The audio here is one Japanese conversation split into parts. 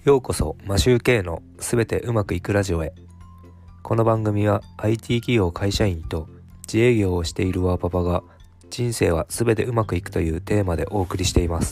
ようこそマシュー K のすべてうまくいくラジオへ。この番組は IT 企業会社員と自営業をしているワーパパが人生はすべてうまくいくというテーマでお送りしています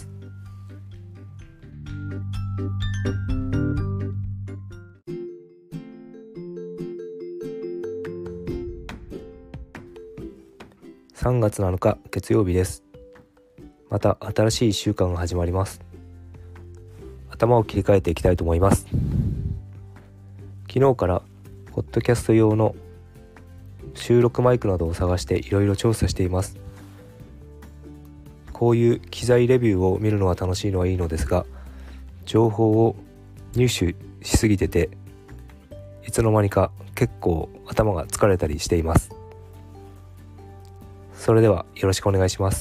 。3月7日月曜日です。また新しい1週間が始まります。頭を切り替えていきたいと思います。昨日からポッドキャスト用の収録マイクなどを探していろいろ調査しています。こういう機材レビューを見るのは楽しいのはいいのですが、情報を入手しすぎてていつの間にか結構頭が疲れたりしています。それではよろしくお願いします。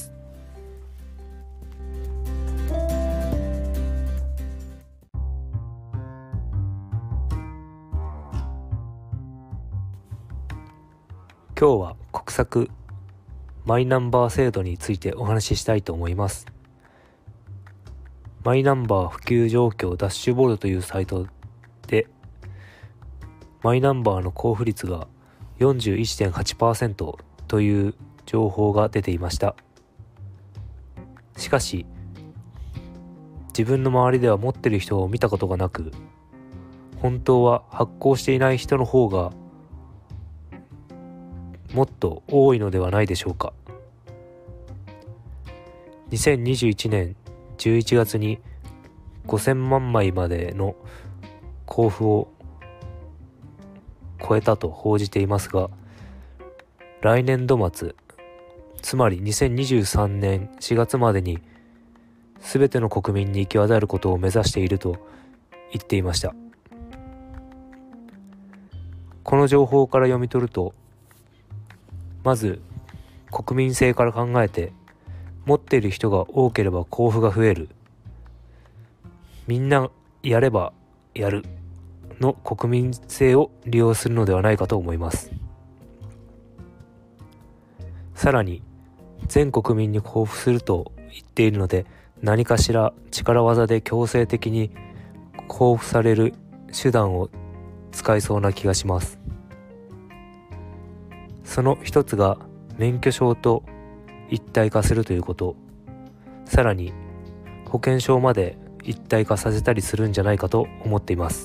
今日は国策マイナンバー制度についてお話ししたいと思います。マイナンバー普及状況ダッシュボードというサイトでマイナンバーの交付率が 41.8% という情報が出ていました。しかし自分の周りでは持っている人を見たことがなく、本当は発行していない人の方がもっと多いのではないでしょうか。2021年11月に5000万枚までの交付を超えたと報じていますが、来年度末、つまり2023年4月までに全ての国民に行き渡ることを目指していると言っていました。この情報から読み取ると、まず国民性から考えて、持っている人が多ければ交付が増える、みんなやればやるの国民性を利用するのではないかと思います。さらに全国民に交付すると言っているので、何かしら力技で強制的に交付される手段を使いそうな気がします。その一つが免許証と一体化するということ、さらに保険証まで一体化させたりするんじゃないかと思っています。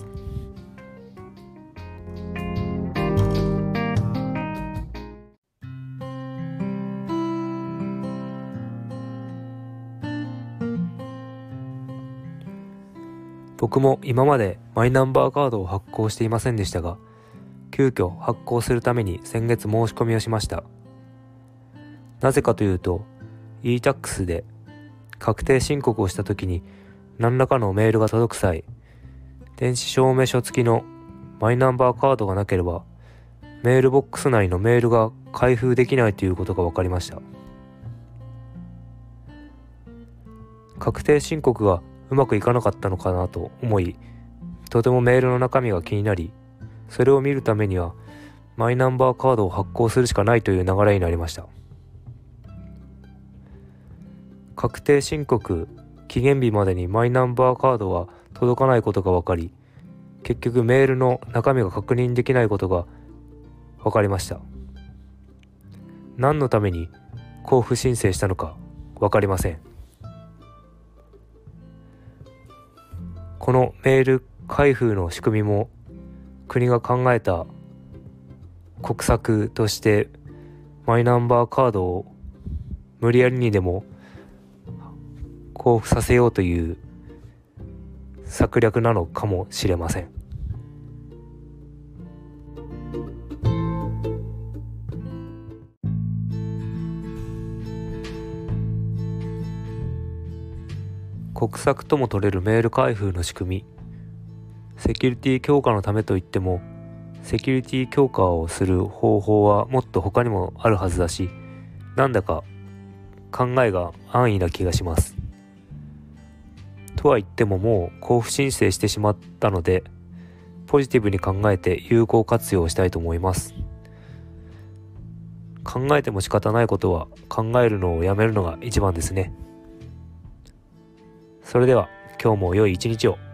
僕も今までマイナンバーカードを発行していませんでしたが、急遽発行するために先月申し込みをしました。なぜかというと e-tax で確定申告をした時に何らかのメールが届く際、電子証明書付きのマイナンバーカードがなければメールボックス内のメールが開封できないということが分かりました。確定申告がうまくいかなかったのかなと思い、とてもメールの中身が気になり、それを見るためにはマイナンバーカードを発行するしかないという流れになりました。確定申告期限日までにマイナンバーカードは届かないことが分かり、結局メールの中身が確認できないことが分かりました。何のために交付申請したのか分かりません。このメール開封の仕組みも国が考えた国策としてマイナンバーカードを無理やりにでも交付させようという策略なのかもしれません。国策とも取れるメール開封の仕組み、セキュリティ強化のためといっても、セキュリティ強化をする方法はもっと他にもあるはずだし、なんだか考えが安易な気がします。とは言ってももう交付申請してしまったので、ポジティブに考えて有効活用したいと思います。考えても仕方ないことは考えるのをやめるのが一番ですね。それでは今日も良い一日を。